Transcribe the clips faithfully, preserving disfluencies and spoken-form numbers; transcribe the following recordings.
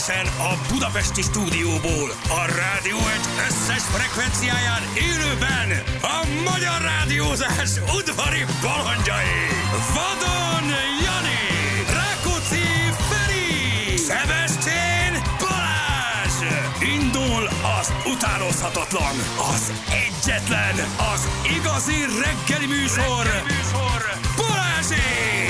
Élőben a budapesti stúdióból, a Rádió egy összes frekvenciáján élőben a magyar rádiózás udvari balandjai. Vadon Jani, Rákóczi Feri, Szebestén Balázs. Indul az utánozhatatlan, az egyetlen, az igazi reggeli műsor, reggeli műsor. Balázsék!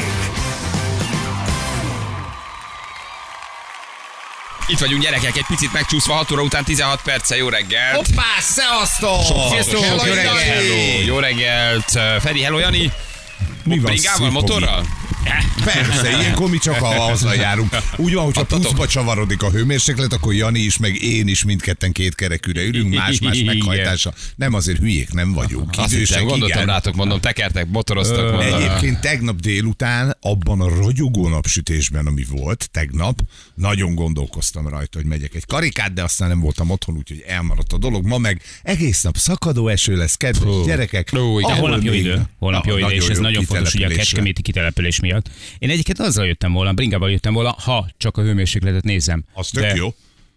Itt vagyunk, gyerekek, egy picit megcsúszva, hat óra után tizenhat perce, jó reggelt! Hoppá, szevasztok! Sziasztok, jó reggelt! Hello, jó reggelt! Feri, hello, Jani! Mi van, Bringával, motorral? Persze, ilyenkor mi csak azzal járunk. Úgy van, hogyha pluszba csavarodik a hőmérséklet, akkor Jani is, meg én is mindketten két kerekűre ülünk, más-más meghajtása. Nem azért hülyék, nem vagyunk. Azt hiszem, gondoltam rátok, mondom, tekertek, motoroztak. Ö, egyébként tegnap délután, abban a ragyogó napsütésben, ami volt tegnap, nagyon gondolkoztam rajta, hogy megyek egy karikát, de aztán nem voltam otthon, úgyhogy elmaradt a dolog. Ma meg egész nap szakadó eső lesz, kedves oh. gyerekek. Oh, de holnap jó idő, holnap jó idő, és ez nagyon fontos, hogy a kecskeméti kitelepülés miatt. Én egyébként azzal jöttem volna, bringával jöttem volna, ha csak a hőmérsékletet nézem. Az tök de... jó.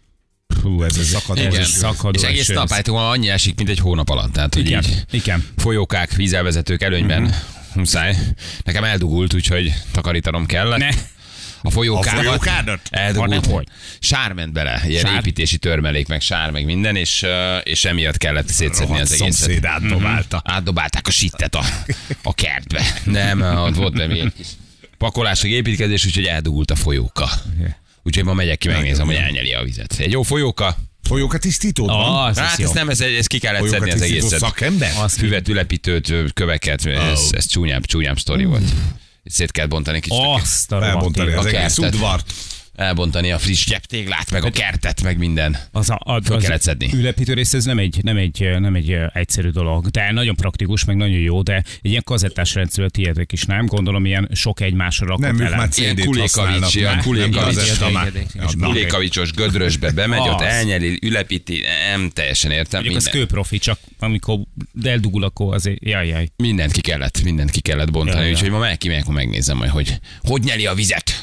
Hú, ez a szakadó. Igen, szakadó és egész nap állítólag annyi esik, mint egy hónap alatt. Tehát, hogy igen, így igen. Folyókák, vízelvezetők előnyben uh-huh. muszáj. Nekem eldugult, úgyhogy takarítanom kellett. Ne. A folyókádat eldugult. Sár ment bele, ilyen sár? Építési törmelék, meg sár, meg minden, és, és emiatt kellett szétszedni az egészet. Szomszéd átdobálta. Mm-hmm. Átdobálták a sittet a, a kertbe. Nem, ott volt nem egy kis pakolás, meg építkezés, úgyhogy eldugult a folyóka. Úgyhogy ma megyek ki, megnézem, hogy elnyeli a vizet. Egy jó folyóka. Folyóka tisztító? Oh, ez hát ezt nem, ez, ez ki kellett folyóka szedni az egészet. Szakember? Füvet, ülepítőt, köveket, oh. ez, ez csúnyább, csúnyább sztori volt. Szét kellett bontani kicsit. Azt a elbontani az egész udvart. Elbontani a friss gyeptéglát, meg a kertet, meg minden. Az a, a, Föl kellett szedni. Ülepítő rész, ez nem egy, nem, egy, nem egy egyszerű dolog, de nagyon praktikus, meg nagyon jó, de egy ilyen kazettás rendszerű tiédek is, nem? Gondolom ilyen sok egymásra rakott nem, elem. Nem, ilyen kulékavics, ilyen kulékavicsos, kulékavicsos gödrösbe bemegy, ott elnyeli, ülepíti, nem teljesen értem. Mondjuk az kőprofi, csak amikor eldugul, akkor azért jaj, jaj. Mindent ki kellett, mindent ki kellett bontani, jaj, úgyhogy ma meg kimegyek, akkor megnézem majd, hogy hogy nyeli a vizet.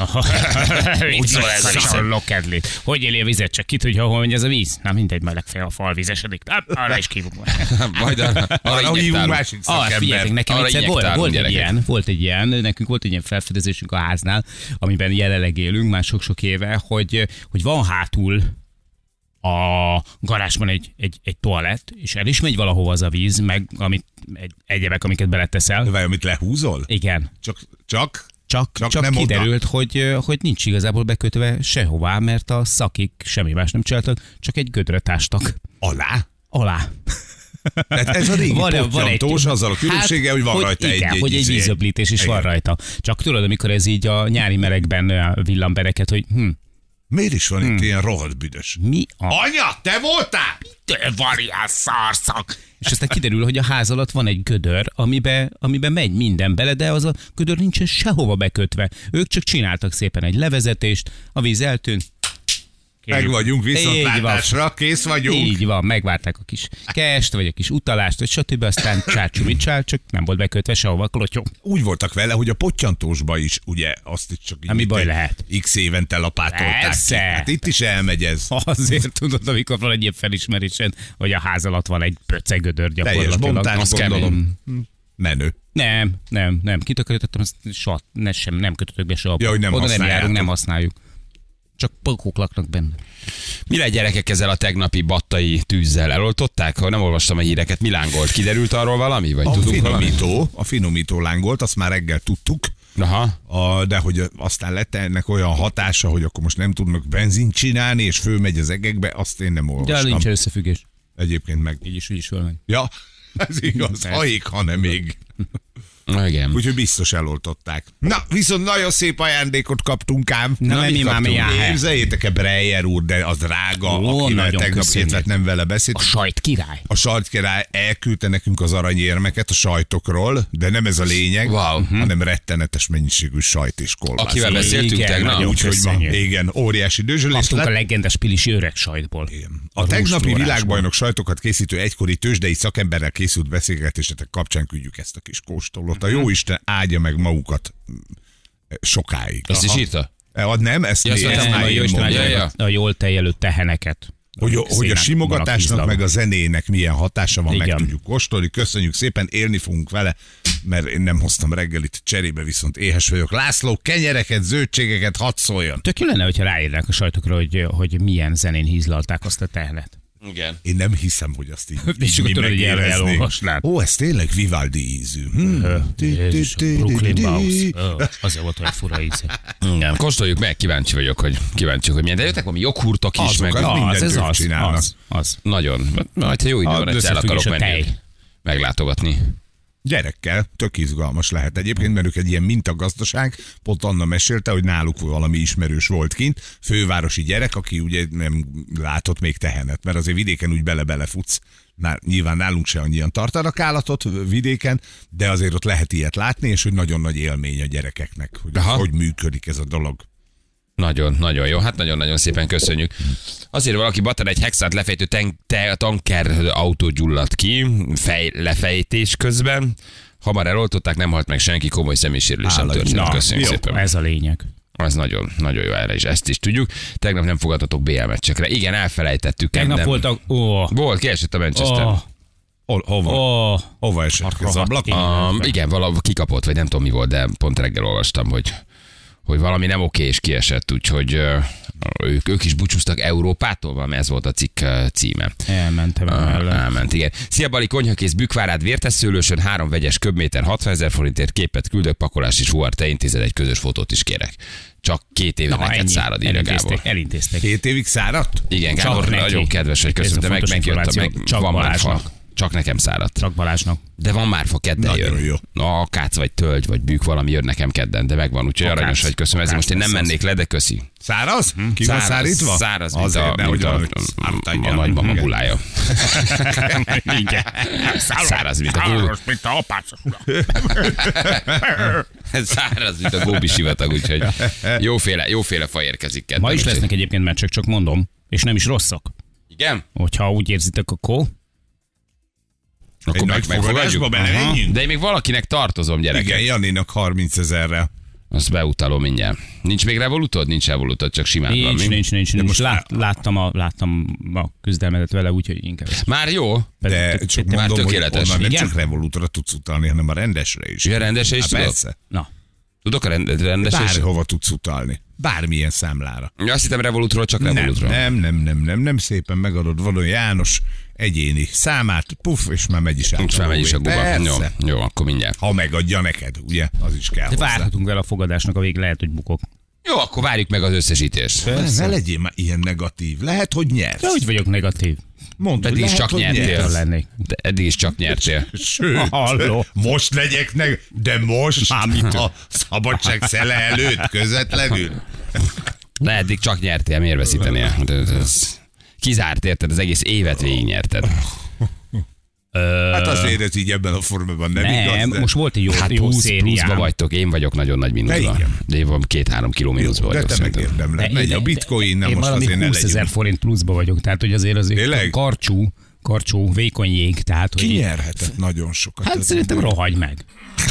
Lokedli. Hogy éli a vizet, csak ki tudja, hol megy ez a víz? Na mindegy, majd legfeljebb a fal vízesedik. Arra is kívunk. Majd arra, arra hívunk másik szakember. Figyeljetek, nekem egyszer volt, volt egy ilyen, volt egy ilyen, nekünk volt egy ilyen felfedezésünk a háznál, amiben jelenleg élünk már sok-sok éve, hogy, hogy van hátul a garázsban egy, egy, egy toalett, és el is megy valahova az a víz, meg amit, egy, egyebek, amiket beleteszel. Vagy amit lehúzol? Igen. Csak, csak? Csak, csak, csak kiderült, hogy, hogy nincs igazából bekötve sehová, mert a szakik semmi más nem csináltak, csak egy gödröt ástak. Alá? Alá. Tehát ez a régi pottyantós, azzal a különbsége, hát, hogy van hogy rajta igen, egy... hogy egy vízöblítés is igen. van rajta. Csak tudod, amikor ez így a nyári melegben villan bereket, hogy hm. Miért is van hmm. itt ilyen rohadt büdös? Mi a... Anya, te voltál? Te van ilyen szarszak! És aztán kiderül, hogy a ház alatt van egy gödör, amiben, amiben megy minden bele, de az a gödör nincsen sehova bekötve. Ők csak csináltak szépen egy levezetést, a víz eltűnt. Meg vagyunk, viszontlátásra, kész vagyunk. Így van, megvárták a kis kest, vagy a kis utalást, vagy stb. Aztán csárcsumicsál, csak nem volt bekötve sehova, klotyó. Úgy voltak vele, hogy a pottyantósba is, ugye, azt is csak így... Mi baj lehet? X évente lapátolták. Persze. Ki. Hát itt is elmegy ez. Azért tudod, amikor van egy ilyen felismerésen, hogy a ház alatt van egy pöcegödör gyakorlatilag. Teljes bontás, gondolom. Menő. Nem, nem, nem. Kitakarítottam, azt soha, ne, sem, nem kötöttök be soha. Ja, hogy nem Oda nem járunk, nem használjátok. használjuk. Csak pakók laknak benne. Mi lett, gyerekek, ezzel a tegnapi battai tűzzel? Eloltották? Ha nem olvastam a híreket, mi lángolt? Kiderült arról valami? Vagy a tudunk finomító, valami? a finomító lángolt, azt már reggel tudtuk. Aha. A, de hogy aztán lett ennek olyan hatása, hogy akkor most nem tudnak benzint csinálni, és fölmegy az egekbe, azt én nem olvastam. De nincs összefüggés. Egyébként meg. Így is, úgy is fölmegy. Ja, ez igaz. Ha ég, ha nem még. Igen. Úgyhogy biztos eloltották. Na, viszont nagyon szép ajándékot kaptunk ám. Na, Na mi már mi Képzeljétek-e Breyer úr, de az drága, Ó, akivel tegnap két nem vele beszélt. A sajt király. A sajt király elküldte nekünk az aranyérmeket a sajtokról, de nem ez a lényeg, wow. hanem rettenetes mennyiségű sajt és kolbász. Akivel beszéltünk tegnap. Úgyhogy ma, igen, óriási dőzsölés. Kaptunk a legendás pilisi öreg sajtból. Igen. A, a tegnapi világbajnok sajtokat készítő egykori tőzsdei szakemberrel készült beszélgetésetek kapcsán küldjük ezt a kis kóstolót. A jóisten áldja meg magukat sokáig. Ezt is írta? E, nem, ezt Ja, mi, szóval ezt nem, már a én jó Isten mondom. mondja, ja. A jól teljelő teheneket. Hogy, hogy a simogatásnak meg a zenének milyen hatása van, Igen. meg tudjuk kóstolni. Köszönjük szépen, élni fogunk vele, mert én nem hoztam reggelit, cserébe viszont éhes vagyok. László, kenyereket, zöldségeket, hadd szóljon. Tök jó lenne, hogyha ráírnák a sajtokra, hogy, hogy milyen zenén hízlalták azt a tehenet. Igen. Én nem hiszem, hogy azt így, És így akkor mi tudod, hogy el- megéreznénk. elolvasnád. Ó, ez tényleg Vivaldi ízű. Hm. Jézus, Brooklyn Bounce. Ó, azért volt olyan fura íze. Igen. Kóstoljuk meg, kíváncsi vagyok, hogy kíváncsi, hogy milyen. De jöttek valami joghurtok is, Azokat meg mindent Az, ez ők az, csinálnak. az, az. nagyon. Majd, ha jó idő A van, egyszer el akarok összefüggés a menni tej. meglátogatni. Gyerekkel tök izgalmas lehet. Egyébként, mert ők egy ilyen mintagazdaság, pont Anna mesélte, hogy náluk valami ismerős volt kint, fővárosi gyerek, aki ugye nem látott még tehenet, mert azért vidéken úgy bele-belefutsz. Már nyilván nálunk se annyian tartanak állatot vidéken, de azért ott lehet ilyet látni, és hogy nagyon nagy élmény a gyerekeknek, hogy Aha. hogy működik ez a dolog. Nagyon, nagyon jó. Hát nagyon-nagyon szépen köszönjük. Azért valaki Batan egy hexát lefejtő ten- te- tanker autó gyulladt ki, fej lefejtés közben. Hamar eloltották, nem halt meg senki, komoly személysérülés nem Hála történt. Istennek. Köszönjük Jó, szépen. Ez a lényeg. Ez nagyon, nagyon jó erre is, ezt is tudjuk. Tegnap nem fogadtatok bé el meccsekre. Igen, elfelejtettük. Tegnap nem. voltak... Ó, Volt, kiesett a Manchester. ó, Hol, hova? ó. Hova esett ki az ablak? A, igen, valahol kikapott, vagy nem tudom mi volt, de pont reggel olvastam, hogy, hogy valami nem oké, és kiesett, úgyhogy ö, ők, ők is búcsúztak Európától, valami ez volt a cikk ö, címe. Elmentem Ah, el. elment, igen. Szia Bali, konyhakész Bükkvárát vértesszőlősön, három vegyes köbméter, hatvan ezer forintért képet küldök, pakolás és fuvar, te intézed, egy közös fotót is kérek. Csak két éve neked ennyi. szárad, írja Gábor. Elintézték, elintézték. Két évig száradt? Igen, Csak Gábor, neki. nagyon kedves, hogy Ez a köszönöm, de meg, fontos megjött a információ. meg, Csak van már fa. Balázsnak. Csak nekem száradt. Csak Balázsnak. De van már fa, kedden Nagyon jön. jó. A kác vagy tölgy, vagy bűk, valami jön nekem kedden, de megvan, úgyhogy Akác. aranyos, hogy köszönöm. Ezért most én nem Akác. mennék le, de köszi. Száraz? Ki van szárítva? Száraz, mint Azért, a, nehogy mint a, valami a, szártadja. a nagymama Igen. bulája. Igen. Száraz, mint a gó... mint a apácos ura. Száraz, mint a góbi sivatag, úgyhogy jóféle, jóféle fa érkezik kedden. Ma is úgyhogy- lesznek egyébként meccsek, csak mondom. És nem is rosszak. Igen? Hogyha úgy érzitek, akkor... Egy Akkor nagy meg, fogadásba megfogadjuk. belemenjünk? De én még valakinek tartozom, gyerekek. Igen, Janinak harmincezerre. Azt beutalom mindjárt. Nincs még revolutod? Nincs revolutod, csak simán van. Nincs, mi? nincs, nincs. nincs. most Lát, láttam, a, láttam a küzdelmedet vele, úgyhogy inkább. Már jó? De Pedig- csak te- már mondom, hogy tökéletes. onnan nem Igen? csak Revolutra tudsz utalni, hanem a rendesre is. Ja, rendesre is Hát tudok? persze. Na, Tudok a rend- rendesre is? Bárhova tudsz utalni. Bármilyen számlára. Ja, azt hittem Revolutról, csak Nem, Revolutról. nem, nem, nem, nem, nem szépen megadod Vadon János egyéni számát, puff, és már megy is át. Nincs már megy is a guba. Jó, Persze. jó, akkor mindjárt. Ha megadja neked, ugye? Az is kell de hozzá. várhatunk vele a fogadásnak a végig, lehet, hogy bukok. Jó, akkor várjuk meg az összesítést. Ne, ne legyél már ilyen negatív. Lehet, hogy nyersz. De hogy vagyok negatív? Mondd, hogy Eddig is lehet, csak hogy nyertél. nyersz. lennék. De eddig is csak nyertél. Sőt, Halló. most legyek meg, de most Mármint. a szabadság szele előtt közvetlenül. De eddig csak nyertél, miért veszítenél? De ez- Kizárt, érted? Az egész évet végig nyerted. Hát azért ez így ebben a formában nem, Nem, igaz, de... most volt egy jó, Hát jó plusz, pluszba szériám. vagytok, én vagyok nagyon nagy De mínuszban. igen. De én van két-három kiló mínuszba de vagyok. te szerintem. megérdemled. Megy a bitcoin, nem én most valami azért ne húszezer legyünk. forint pluszba vagyok, tehát hogy azért azért Tényleg? karcsú, karcsú, vékony jég, tehát hogy... Ki nyerhetett nagyon sokat? Hát ez szerintem a- rohagy meg.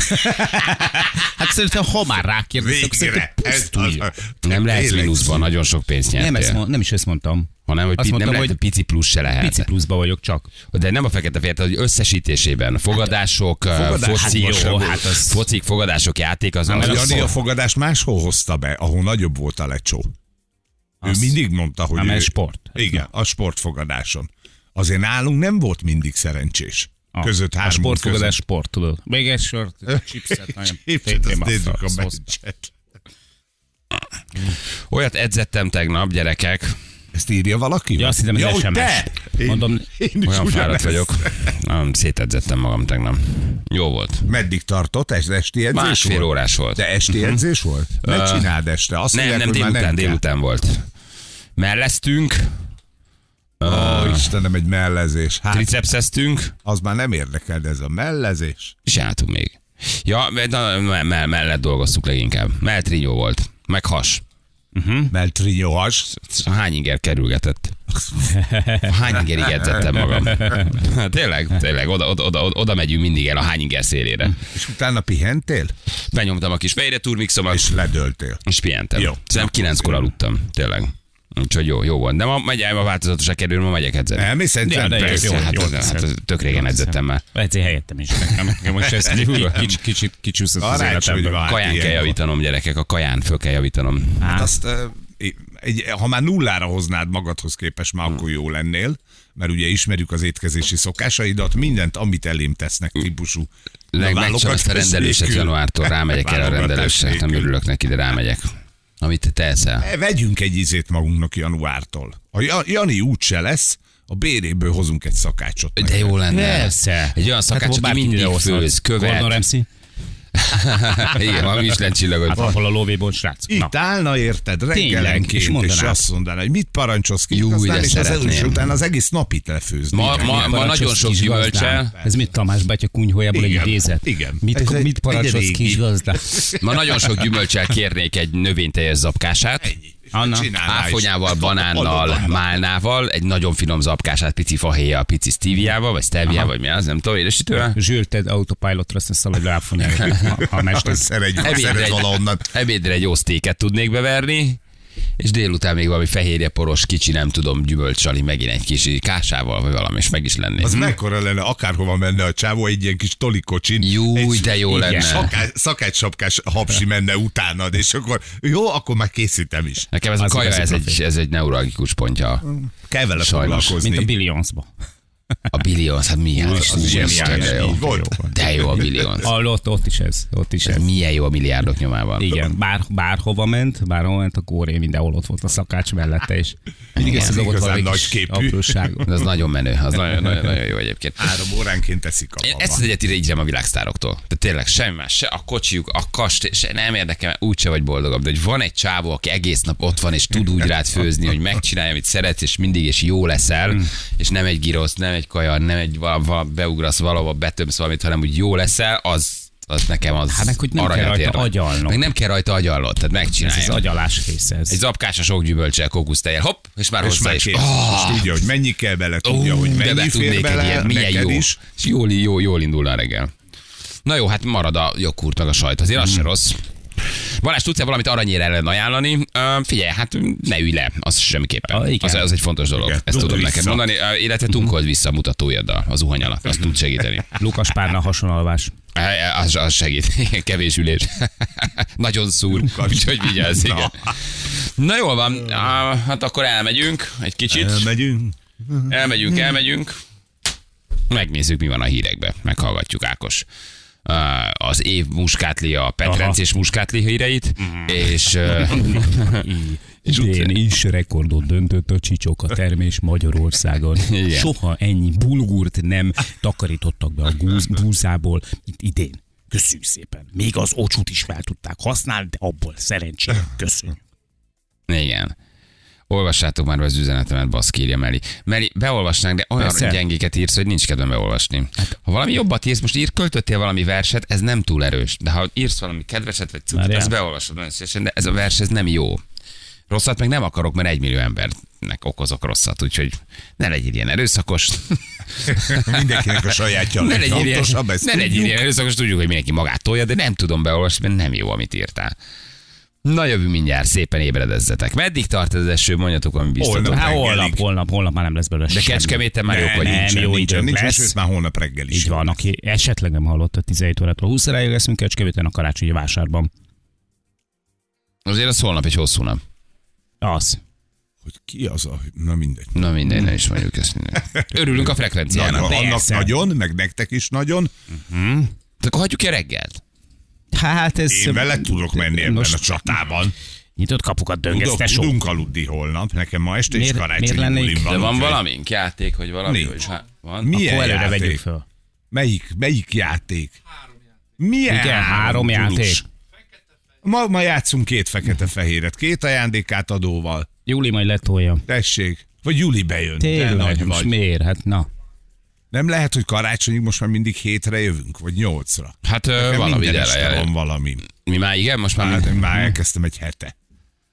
Hát szerintem, ha már rákérdeztek, Végre. szerintem Ez pusztulj. az, Nem lehet tényleg mínuszban, nagyon sok pénzt nyertél. Nem, ezt, mond- nem is ezt mondtam. hanem, hogy Azt pi- nem mondtam, lehet, hogy pici plusz se lehet. Pici pluszba vagyok csak. De nem a fekete-fehér, hogy összesítésében fogadások, Fogadás, foci, hát jó, most hát az... focik, fogadások, játék, az A az Jani szó. a fogadást máshol hozta be, ahol nagyobb volt a lecsó. Ő Az- mindig mondta, hogy... Nem, ő- ez sport. Igen, a sportfogadáson. Azért nálunk nem volt mindig szerencsés. A, Között a három sportfogadás sport, tudod. Még egy sort, chipset, nagyon Chipset, azt nézzük a szósz- meccset. Olyat edzettem tegnap, gyerekek, Ezt írja valaki? Ja, azt hittem, ez ja, hogy es em es. te! Én, Mondom, én is olyan fáradt ugyanezt. vagyok. Nem, szétedzettem magam tegnap. Jó volt. Meddig tartott? Ez esti edzés Másfél volt? órás volt. De esti edzés volt? Ne csináld este. Azt Nem, mondják, nem, hogy már délután, kell. délután volt. Melleztünk, Ó, Istenem, egy mellezés. Hát, tricepszeztünk, az már nem érdekel, de ez a mellezés. és álltunk még. Ja, mert na, me- me- mellett dolgoztuk leginkább. Melltrinyó volt, meg has. Uh-huh. Meltrinyóas. Hány inger kerülgetett? Hány ingerig edzettem magam? tényleg, tényleg, oda, oda, oda, oda megyünk mindig el a hány inger szélére. És utána pihentél? Benyomtam a kis fejre turmixomat. És ledöltél. És pihentem. Jó. Szerintem kilenckor aludtam, tényleg. Úgyhogy jó, jó van. De ma megy a változatosan kerül, ma megyek edzeni. Nem, és szerintem ja, persze, jó, hát, jó, hát, tök régen edzettem már. Edzé helyettem is. Nekem most ez kicsit, kicsit kicsúszott az életemben. Kaján kell javítanom, gyerekek, a kaján föl kell javítanom. Hát azt, egy, ha már nullára hoznád magadhoz képest, már akkor jó lennél, mert ugye ismerjük az étkezési szokásaidat, mindent, amit elém tesznek típusú. Megcsinálom azt a rendelőset januártól, rámegyek el a rendelősre, nem örülök neki, de rámegyek. Amit te teszel. Vegyünk egy izét magunknak januártól. A Jani úgyse lesz, a béréből hozunk egy szakácsot. De jó lenne. Persze. Egy olyan szakács, aki mindig főz, követ. Gordon Ramsay. Igen, van Michelin csillagot. Hát ahol a lóvéból, srác. Itt állna, érted, reggelenként, és, és azt mondaná, hogy mit parancsolsz ki, Jú, aztán, és az elős után az egész napit lefőzni. Ma, ma, ma nagyon sok gyümölcsel. Ez mit Tamás bátya kunyhójából egy idézet? Igen. Mit, mit parancsolsz kis gazdán? Ma nagyon sok gyümölcsel kérnék egy növényteljes zapkását. Anna. Áfonyával, banánnal, málnával, egy nagyon finom zapkását, pici fahéjjal, pici stíviával, vagy steviával, vagy mi az, nem tudom, édesítővel. Zsülted autopilotra, aztán szaladj áfonyával, ha mester. Ebédre, ebédre egy jó sztéket tudnék beverni, és délután még valami fehérje poros, kicsi, nem tudom, gyümölcsali, megint egy kis kásával, vagy valami, és meg is lennék. Az hm? mekkora lenne, akárhova menne a csávó, egy ilyen kis tolikocsin. Jó, de jó lenne. Szakács, szakácssapkás hapsi menne utánad, és akkor jó, akkor már készítem is. Nekem ez az a kaja, ez egy, ez egy neuralgikus pontja. Kell vele foglalkozni. Mint a Billionsba. A Billions, hát mi? Az, az zseniális. De jó a Billions. Ott, ott is ez. Ott is ez. ez. Milyen jó a milliárdok nyomában. Igen, bár, bárhova ment, bárhova ment, a Kóré mindenhol ott volt a szakács mellette, és mindig ezt az igazán nagy képű. Az nagyon menő, az nagyon, nagyon, nagyon jó egyébként. Három óránként teszik a baba. Ezt az egyet írjam a világsztároktól. De tényleg semmi más, se a kocsijuk, a kastély, se nem érdekel, úgyse vagy boldogabb. De hogy van egy csávó, aki egész nap ott van, és tud úgy rád főzni, hogy megcsinálja, amit szeretsz, és mindig és jó leszel, és nem egy girosz, nem egy kaja, nem egy val- val- beugrasz valahova, betömsz valamit, hanem úgy jó leszel, az, az nekem az hát meg, hogy nem kell rajta agyalnod. Meg nem kell rajta agyalnod, tehát megcsinálja. Ez az agyalás része. Ez. Egy zapkás a sok gyümölcsel, kókusztejjel, hopp, és már hozzá is. Oh! És tudja, hogy mennyi kell bele, tudja, oh, hogy mennyi fér bele, ilyen, milyen jó. Is. És jól, jól, jól indulna a reggel. Na jó, hát marad a joghurt meg a sajt, azért az mm. se rossz. Balázs, tudsz-e valamit aranyér ellen ajánlani? Uh, figyelj, hát ne ülj le, az semmiképpen. Ah, az, az egy fontos dolog, igen. Ezt tudom neked mondani, uh, illetve tunkold vissza a mutatójaddal az uhany alatt, azt tud segíteni. Lukas párna hasonalvás. Az, az segít, kevés ülés. Nagyon szúr, úgyhogy vigyázz, igen. Na. Na jól van, uh, hát akkor elmegyünk egy kicsit. Elmegyünk. Elmegyünk, elmegyünk. Megnézzük, mi van a hírekben. Meghallgatjuk Ákos az év muskátli, a Petrenc és muskátli híreit, mm. és... és idén is rekordot döntött a csicsoka termés Magyarországon. Igen. Soha ennyi bulgurt nem takarítottak be a búzából, itt idén. Köszönjük szépen. Még az ocsút is fel tudták használni, de abból szerencsére köszönjük. Igen. Olvassátok már be az üzenetemet, baszki, írja Meli. Meli, beolvasnánk, de olyan Persze. gyengéket írsz, hogy nincs kedvem beolvasni. Hát, ha valami jobbat írsz, most ír, költöttél valami verset, ez nem túl erős. De ha írsz valami kedveset, vagy cuccot, azt beolvasod nagyon szívesen, de ez a vers, ez nem jó. Rosszat meg nem akarok, mert egymillió embernek okozok rosszat, úgyhogy ne legyél ilyen erőszakos. Mindenkinek a sajátja. Ne legyél ilyen, ne legyél ilyen erőszakos, tudjuk, hogy mindenki magát tolja, de nem tudom beolvasni, mert nem jó, amit írtál. Na jövő mindjárt, szépen ébredezzetek. Meddig tart ez az eső, mondjatok, ami biztatok. Hát holnap, holnap, holnap már nem lesz belőle De Kecskeméten már jók vagyunk. Nem, jó időnk lesz. Sőt, már holnap reggel is. Így van, aki esetleg nem hallotta, tizenhét órától húsz óráig leszünk Kecskeméten a karácsonyi vásárban. Azért az holnap egy hosszú nap. Az. Hogy ki az a... Na mindegy. Na mindegy, ne is mondjuk ezt minden. Örülünk a frekvenciának. Annak nagyon, meg nektek is nagyon. Uh-huh. De akkor hagyjuk ki a reggelt. Hát ez... Én veled tudok menni ebben a csatában. Nyitott kapukat döngetsz, tesó. Tudunk aludni holnap, nekem ma este is karácsonyi bulim van. De van valamink játék, hogy valami? Hogy van? Milyen akkor előre játék? vegyük föl. Melyik, melyik játék? Három játék. Milyen Igen, három játék. Ma, ma játszunk két fekete-fehéret, két ajándékát adóval. Júli majd letolja. Tessék. Vagy Júli bejön. Tényleg, most miért? Hát na. Nem lehet, hogy karácsonyig most már mindig hétre jövünk, vagy nyolcra. Hát valami minden este van valami. Mi már igen, most már... Hát, már elkezdtem egy hete.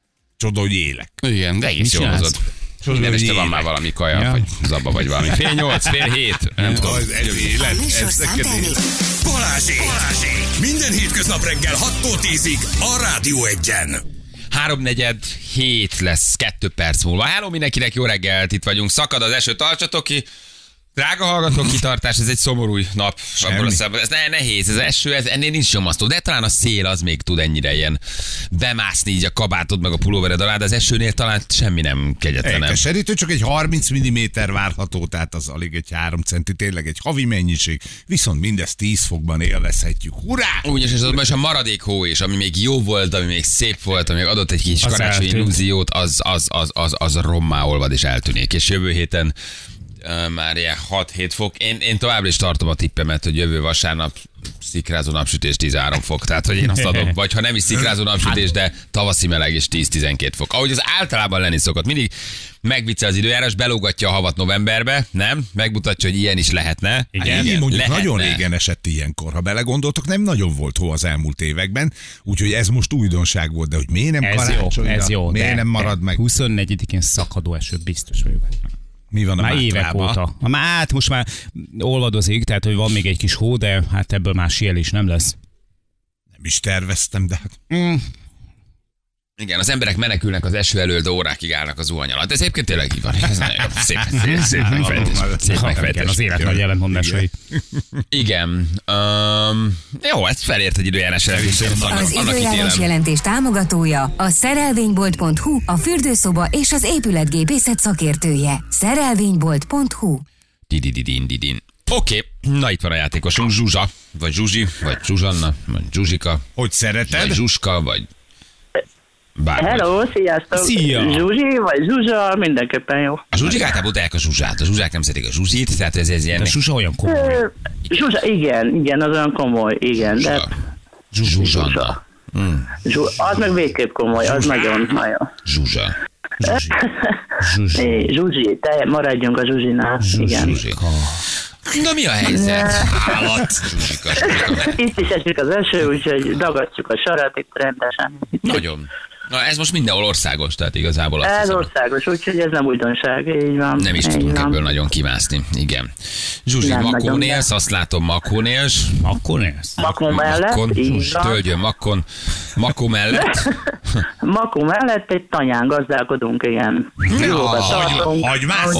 Csoda, hogy élek. Igen, de egész jól hozod. Minden este van már valami kaja, ja. vagy zabba, vagy valami. Fél nyolc, fél hét. Nem tudom. Az élet, ez neked élet. Balázsék! Balázsék! Minden hétköznap reggel hattól tízig a Rádió Egyen. Háromnegyed hét lesz, kettő perc múlva. Hello mindenkinek, jó reggelt, itt vagyunk. Szakad az eső, tartsatok ki. Drága hallgatók, kitartás, ez egy szomorú nap. Abból a ez ne, nehéz, ez eső, ez ennél nincs nyomasztó. De talán a szél az még tud ennyire ilyen bemászni így a kabátod meg a pulóvered alá, de az esőnél talán semmi nem kegyetlenem. Elkeserítő, csak egy harminc milliméter várható, tehát az alig egy három centi, tényleg egy havi mennyiség. Viszont mindezt tíz fokban élvezhetjük. Hurrá! Úgyis, és az most a maradék hó is, ami még jó volt, ami még szép volt, ami adott egy kis karácsonyi illúziót, az, az, az, az, az rommá olvad és eltűnik. És jövő héten Uh, már ilyen hat-hét fok. Én, én továbbra is tartom a tippemet, hogy jövő vasárnap szikrázó napsütés tizenhárom fok. Tehát, hogy én azt adom, vagy ha nem is szikrázó napsütés, de tavaszi meleg és tíz-tizenkét fok. Ahogy az általában lenni szokott. Mindig megviccel az időjárás, belógatja a havat novemberbe, nem? Megmutatja, hogy ilyen is lehetne. Igen, igen mondjuk lehetne. Nagyon régen esett ilyenkor. Ha belegondoltok, nem nagyon volt hó az elmúlt években, úgyhogy ez most újdonság volt, de hogy miért nem ez karácsonyra, jó, ez jó, miért de, nem marad de meg? huszonnegyedikén szakadó eső, biztos vagyok. Mi van a már évek óta. Már hát most már olvadozik, tehát hogy van még egy kis hó, de hát ebből már sielés nem lesz. Nem is terveztem, de hát... Mm. Igen, az emberek menekülnek az eső elől, de órákig állnak az zuhany alatt. Ez egyébként tényleg így van. Ez nagyon szép, szép, szép megfejtés. Szép megfejtés. Az élet nagy ellentmondásai. Igen. Um, jó, ez felért egy időjárás jelentés. Az időjárás jelentés támogatója a szerelvénybolt pont hu, a fürdőszoba és az épületgépészet szakértője. szerelvénybolt pont hu. Didididin, didin. Oké, okay. Na itt van a játékosunk, Zsuzsa, vagy Zsuzsi, vagy Zsuzsanna, vagy Zsuzsika. Hogy szereted? Vagy Zsuska, vagy... Bárhogy. Hello, sziasztok! Szia! Zsuzsi vagy Zsuzsa, mindenképpen jó. A Zsuzsik általában utálják a Zsuzsát, a Zsuzsák nem szeretik a Zsuzsit, tehát ez, ez ilyen... A Zsuzsa olyan komoly. Zsuzsa, igen, igen, az olyan komoly, igen, de... Zsuzsanna. Mm. Az meg végképp komoly, az nagyon, nagyon. Zsuzsa. Zsuzsi. Zsuzsi, te maradjunk a Zsuzsinál, igen. Zsuzsika. Na mi a helyzet? Állat. Zsuzsika, Zsuzsika. Itt is esik az eső, úgyhogy dagadjuk a sarat itt rendesen. Nagyon. Na ez most mindenhol országos, tehát igazából azt Ez hiszem, országos, úgyhogy ez nem újdonság, így van. Nem is tudunk ebből nagyon kimászni, igen. Zsuzsi, Makón élsz, azt látom, Makón élsz. Makón élsz? Makó mellett, Makon, így van. Tölgyön, Makon. Makó mellett. Makó mellett egy tanyán gazdálkodunk, igen. Jóba tartunk. Hagymász?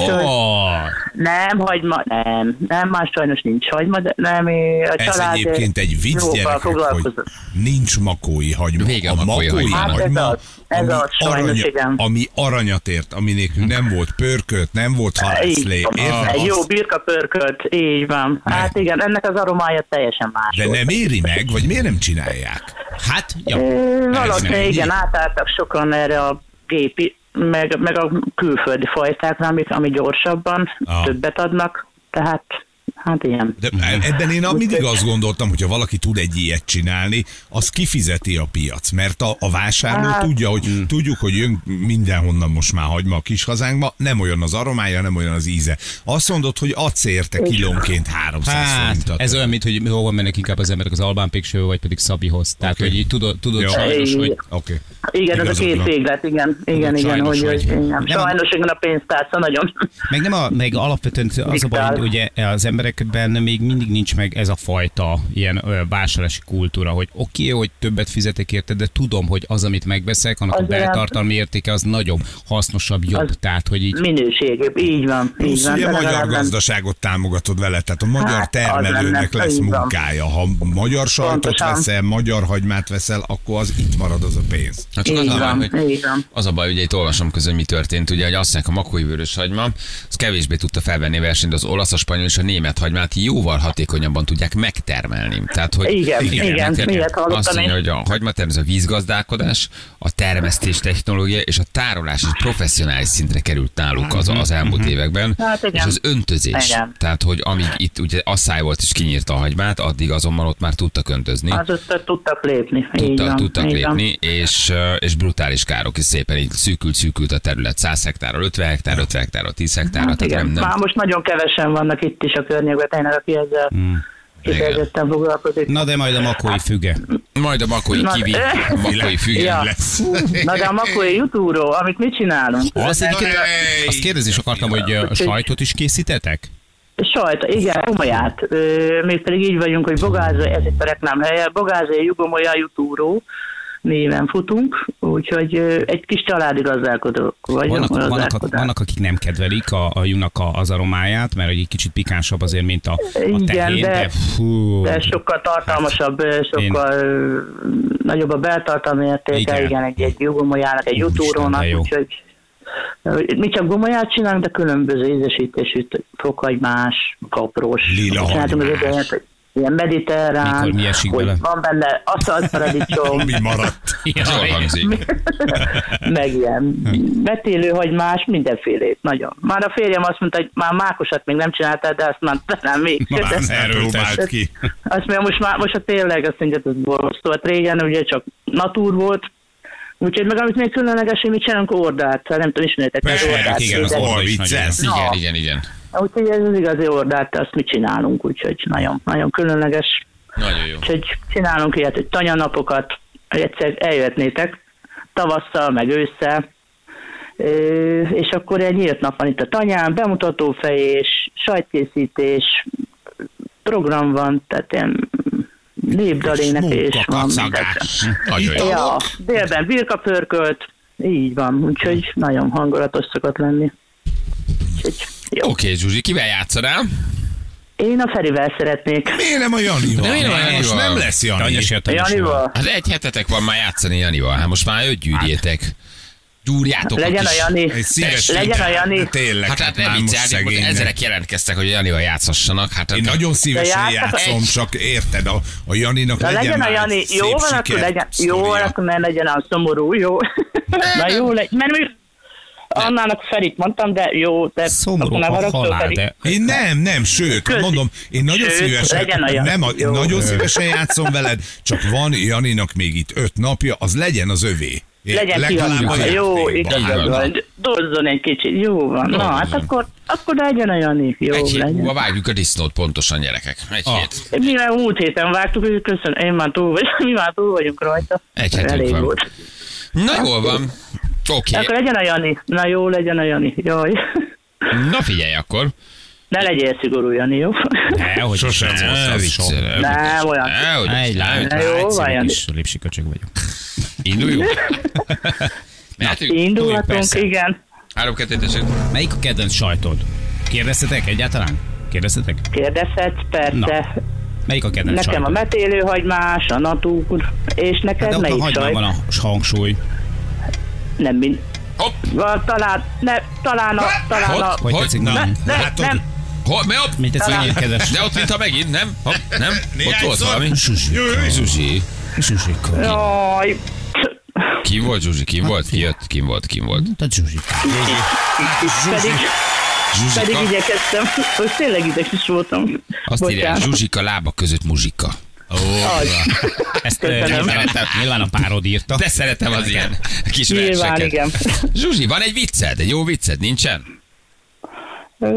Nem, hagyma, nem. Nem, már sajnos nincs hagyma, de nem, a ez család... egyébként egy vicc, gyerekek, hogy nincs makói hagyma. Vége a a makói makói hagymának. hagyma, Ez ami, az, sajnos, aranya, igen. ami aranyat ért, ami nélkül nem volt pörkölt, nem volt halászlé. Egy jó birka pörkölt, így van. Hát ne. Igen, ennek az aromája teljesen más. De nem éri meg, vagy miért nem csinálják? Hát, ja. Valószínűleg igen, átálltak sokan erre a gépi, meg, meg a külföldi fajtákra, amik, ami gyorsabban ah. többet adnak, tehát hát ilyen. De ebben én mindig azt gondoltam, hogy ha valaki tud egy ilyet csinálni, az kifizeti a piac, mert a, a vásárló hát, tudja, hogy hmm. tudjuk, hogy jön mindenhonnan most már hagyma a kis hazánkba, nem olyan az aromája, nem olyan az íze. Azt mondod, hogy adsz érte kilónként háromszáz hát, forintot. Ez olyan, mint hogy hova mennek inkább az emberek, az Albán Péksőbe, vagy pedig Szabihoz. Tehát, okay. hogy így tudod, tudod ja. sajnos, hogy... Okay. Igen, ez a két véglet, igen, igen, igen, sajnos, hogy, hogy igen. Sajnos igen, a pénztárca nagyon. Meg nem a, meg alapvetően az a baj, hogy ugye az emberekben még mindig nincs meg ez a fajta ilyen ö, vásárlási kultúra, hogy oké, okay, hogy többet fizetek érte, de tudom, hogy az, amit megveszek, annak az a beltartalmi értéke az nagyobb, hasznosabb, jobb. Tehát, hogy így... Minőségebb, így van. Plusz így van, ugye a magyar gazdaságot támogatod vele, tehát a magyar hát, termelőnek lesz munkája. Ha magyar sajtot veszel, magyar hagymát veszel, akkor az itt marad az a pénz. Hát csak az, van, a baj, hogy az a baj, ugye itt olvasom közben, mi történt, ugye, hogy azt mondják, a makói vörös hagyma, az kevésbé tudta felvenni versenyt az olasz, a spanyol és a német hagymát jóval hatékonyabban tudják megtermelni. Tehát, hogy igen, igen, igen, igen azt mondja, hogy a hagymatermés, a vízgazdálkodás, a termesztés technológia és a tárolás is professzionális szintre került náluk az, az elmúlt években. Hát és az öntözés. Igen. Tehát, hogy amíg itt ugye asszály volt és kinyírta a hagymát, addig azonban ott már tudtak öntözni. Az ott tudtak lépni. Tudtak, van, tudtak lépni, és, és brutális károk is szépen így szűkült, szűkült a terület. száz hektárról ötven hektár, ötven hektárról tíz hektárra. Hát igen. Nem, nem... Már most nagyon kevesen vannak itt is a környékben, tényleg, aki ezzel hmm. kifejezetten foglalkozik. Na de majd a makói füge. Majd a makói kivi, a makói füge ja. lesz. Na de a makói jutúró, amit mit csinálunk? Azt, azt kérdezni is akartam, hogy a sajtot is készítetek? Sajt, igen, gomolyát. Mégpedig így vagyunk, hogy Bogázai, ez itt a reklám helye, Bogázai Jugomolya jutúró néven futunk, úgyhogy egy kis családi gazdálkodók vagyunk. Vannak, vannak, vannak, akik nem kedvelik a, a junak az aromáját, mert egy kicsit pikánsabb azért, mint a, a igen, tehén, de, de, fú, de sokkal tartalmasabb, sokkal én... nagyobb a beltartalmi értéke, igen, igen egy, egy jugomolyának, egy jutúrónak, úgyhogy mi csak gomolyát csinálunk, de különböző ízesítésű fokhagymás, kapros. Lilahagymás. Ilyen mediterrán, mikor mi esik hogy bele? van benne asztaltparadicsom. Mi maradt? Jól hangzik. Meg ilyen metélőhagymás, mindenfélét, nagyon. Már a férjem azt mondta, hogy már mákosat még nem csináltál, de azt mondta, nem még. Már elpróbált ki. Azt mondja, most már most a tényleg azt mondja, hogy ez borzasztó. Hát régen ugye csak natúr volt, úgyhogy meg amit még különleges, hogy mi csinálunk ordát, nem tudom, ismertek az ordát. Igen, az orda is nagyon. Igen, igen, igen. Úgyhogy ez az igazi ordát, azt mi csinálunk, úgyhogy nagyon, nagyon különleges. Nagyon jó. Úgyhogy csinálunk ilyet, hogy tanyanapokat, hogy egyszer eljöhetnétek tavasszal, meg ősszel, és akkor egy nyílt nap van itt a tanyán, bemutatófejés, sajtkészítés, program van, tehát ilyen népdaléneklés van. Ja, délben birkapörkölt, így van, úgyhogy nagyon hangulatos szokott lenni. Oké, okay, Zsuzsi, kivel játszanál? Én a Ferivel szeretnék. Miért nem a Janival? Nem, nem, most nem lesz Jani. Janival? Hát egy hetetek van már játszani Janival, hát most már öt gyűrjétek. Gyúrjátok legyen is. a Jani. Legyen a Jani. Tényleg. Hát, hát nem viccelni, ezerek jelentkeztek, hogy a Janival játszhassanak. Hát, én nagyon szívesen játszom, egy... csak érted, a, a Janinak legyen, legyen a Jani. Jó van, akkor legyen, jó van, akkor ne legyen a szomorú, jó. Na jó, legyen, mert mi Annának Ferit mondtam, de jó, de szomorú a halál, de... Én nem, nem, sőt, Köz... mondom, én nagyon sőt, szívesen, nem, a, én nagyon szívesen játszom veled, csak van Janinak még itt öt napja, az legyen az övé. Legyen kiadva. Jó, igazad van. Dolgozzon egy kicsit. Jó van. Na, hát akkor, akkor legyen a Jani. Jó, egy legyen. Egy hét vágjuk a disznót pontosan, gyerekek. Egy ah. hét. Mi már múlt héten vágtuk, hogy köszönöm. Én már túl vagyok, mi már túl vagyunk rajta. Egy hetünk van. Volt. Na jól van. Oké. Okay. Akkor legyen a Jani. Na jó, legyen a Jani. Jaj. Na figyelj akkor. Ne legyél szigorú, Jani, jó? Ne, hogy sosem most. Nem, olyan. Egy lány, jó van, Jani. kis lépsiköcsög vagyok. Induljunk? Indulhatunk, igen. Három, kettő, tessék. Melyik a kedvenc sajtod? Kérdeztetek egyáltalán? Kérdeztetek? Kérdezhetsz, persze. Na. Melyik a kedvenc nekem sajtod? A metélőhagymás, a natúr, és neked hát melyik sajt? De ott a van a hangsúly. Nem mind. Hopp. Talán, ne, talán a... Talán a hogy tetszik? Ne, ne, nem. Hol, mi ott? Mit tetszik, hogy kedves? De ott mintha megint, nem? Hopp, nem? Ott volt valami. Zsuzsika. Zsuzsi. Zsuzsika. Jaj. Ki volt Zsuzsi? Ki volt? Ki jött? Ki volt? Ki volt? Tehát Zsuzsika. Pedig, pedig igyekeztem, hogy tényleg ideges voltam. Azt írják, Zsuzsika lába között muzsika. Ó, ezt nyilván, nyilván a párod írta. De szeretem az ilyen kis nyilván, verseket. Igen. Zsuzsi, van egy vicced? Egy jó vicced? Nincsen? Ö,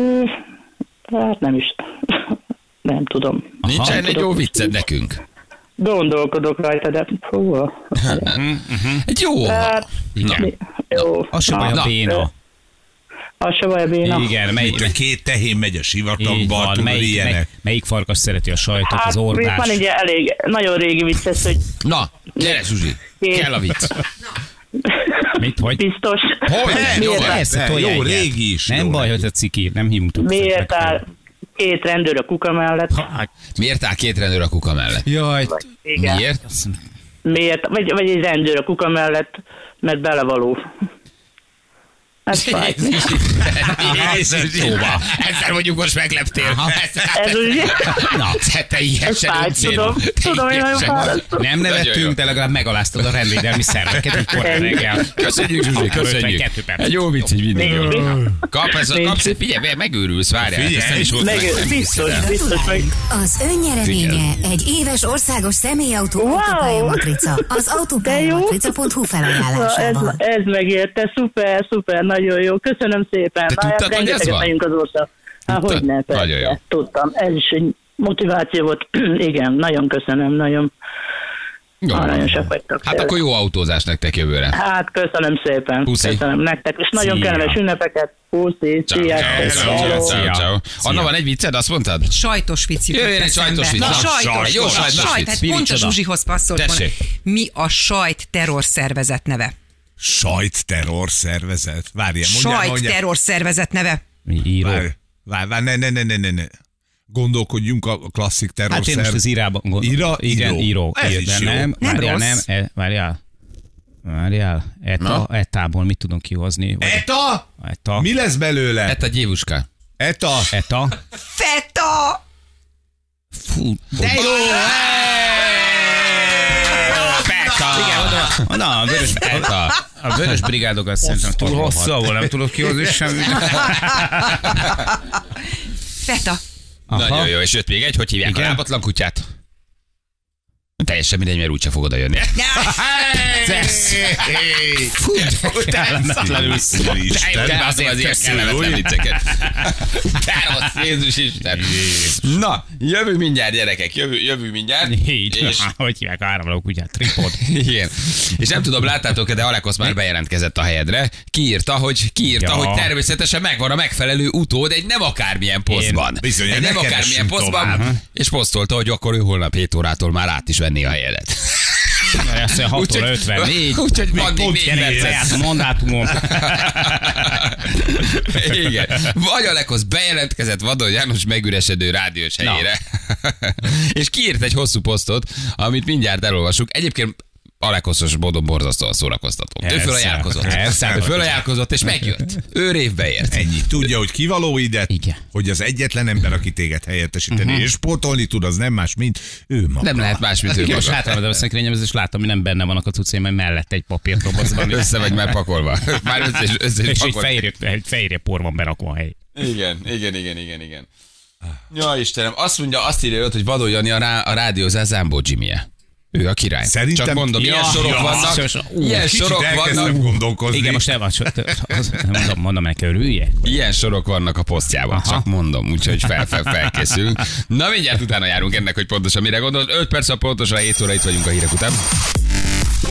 hát nem is. Nem tudom. Nincsen nem egy tudom. jó vicced nekünk? Gondolkodok rajta, de hú. Egy jó. Hát, igen. Jó. Az se baj a béna. Az se baj a béna. Igen, melyik, a két tehén megy a sivatagba, melyik, mely, melyik farkas szereti a sajtot, hát, az ordás? Van egy elég, nagyon régi vicc ez, hogy... Na, gyere Zsuzsi, kell a vicc. Mit, hogy? Biztos. Hogy? Jó, persze, jó, régi is. Nem jó, baj, hogy a ciki, nem hívunk többször. Miért áll két rendőr a kuka mellett? Miért áll két rendőr a kuka mellett? Jaj. Igen. Miért? Miért? Vagy, vagy egy rendőr a kuka mellett, mert belevaló. Ez fáj. Ezzel mondjuk most megleptél. Ez ugye? Na, te ilyen sem tudom. Tudom, én nagyon fáradtam. Nem nevettünk, de legalább megaláztad a rendvédelmi szerveket, hogy korán reggel. Köszönjük, Zsuzsi, köszönjük. Egy jó vicc, egy mindig jó. Kap ez a kapsz, figyelj, megőrülsz, várjál. Biztos, biztos meg. Az önnyereménye egy éves országos személyautó autópálya-matrica. Az autópálya-matrica pont hu felajánlásával. Ez megérte, szuper, szuper, nagyon jó. Köszönöm szépen. Te tudtad, hogy ez van? Megyünk az ország. Hát, hogy ne, persze. Tudtam. Ez is egy motiváció volt. Igen, nagyon köszönöm, nagyon Jó, aranyosak vagytok. Hát akkor jó autózás nektek jövőre. Hát köszönöm szépen. Puszi. Köszönöm nektek, és nagyon Szia. kellemes ünnepeket. Puszi, sziasztok. Anna, van egy vicced, azt mondtad? Sajtos vicc jutott Jöjjön egy eszembe. sajtos vicc. Na, Na, sajtos. jó sajtos sajt, vicc. hát Mi pont a micsoda? Zsuzsihoz passzolt volna. Tessék. Mi a sajt terror szervezet neve? Sajt terror szervezet. Várjál, mondjál, Sajt mondjál. terror szervezet neve. Mi író? Várj, várj, várj, ne, ne, ne, ne, ne, ne. Gondolkodjunk a klasszik terror Hát én most az írában gondolom. Ira, Igen, író. író. Ez Ír, is de jó. nem, Nem várjál, rossz. nem, e, várjál. Várjál. Eta, etából mit tudunk kihozni? Vagy Eta? Eta. Mi lesz belőle? Ett a gyévuska. Eta? Eta. Feta! Fú, de jó! Igen, oda, na, a vörös, Eta. a vörös brigádokat szerintem túl hosszú, ahol nem tudok kihozni semmit. Feta! Nagyon jó, és jött még egy, hogy hívják Igen? a lábatlan kutyát? Teljesen mindegy, mert úgyse fogod jönni. Fú, de kellemetlenül szó. De azért kellemetlen vicceket. De rossz, Jézus Isten. Na, jövő mindjárt, gyerekek, jövő, jövő mindjárt. Így, És, hogy hívják a háromló kutyát? Tripod. igen. És nem tudom, láttátok-e, de Alekosz már bejelentkezett a helyedre. Kiírta, hogy, kiírta, Ja. hogy természetesen megvan a megfelelő utód egy nem akármilyen posztban. bizony, egy ne nem akármilyen keressünk posztban. tovább. És posztolta, hogy akkor ő holnap hét órától már át is venni a helyedet. Azt mondja, hat óra ötvennégy. Úgyhogy van még négy Gyerek, percet. lejárt a mandátumom. Igen. Vagy Alekosz bejelentkezett Vadon János megüresedő rádiós helyére. És kiírt egy hosszú posztot, amit mindjárt elolvasunk. Egyébként Alekoszos bodon borzasztóan szórakoztató. Ő Persze. fölajánlkozott. Persze. Ő fölajánlkozott, és megjött. Ő révbe ért. Ennyi. Tudja, hogy kivaló ide, Igen. hogy az egyetlen ember, aki téged helyettesíteni uh-huh. és sportolni tud, az nem más, mint ő maga. Nem lehet más, mint ő Igen, most maga. látom, de a szekrényem, és látom, hogy nem benne vannak a cuccaim, mert mellett egy papírtobozban. Össze vagy már pakolva. Már össze, össze És egy pakolt. fehérje, egy fehérje por van berakva a hely. Igen, igen, igen, igen, igen. Ja, Istenem, azt mondja, azt írja ott, hogy Vadon Jani a, rá, a rádiózás Zámbó Jimmy-je. Ő a király. Szerintem- Csak mondom, Ja, ilyen sorok ja, vannak. szos- ú, Ilyen Kicsit sorok elkezdtem vannak. gondolkozni. Igen, most el van, mondom, mondom neki, hogy hülye. Ilyen sorok vannak a posztjában, Aha. csak mondom, úgyhogy fel, fel, felkészülünk. Na mindjárt utána járunk ennek, hogy pontosan mire gondolod. öt perc a pontosan, hét óra itt vagyunk a hírek után.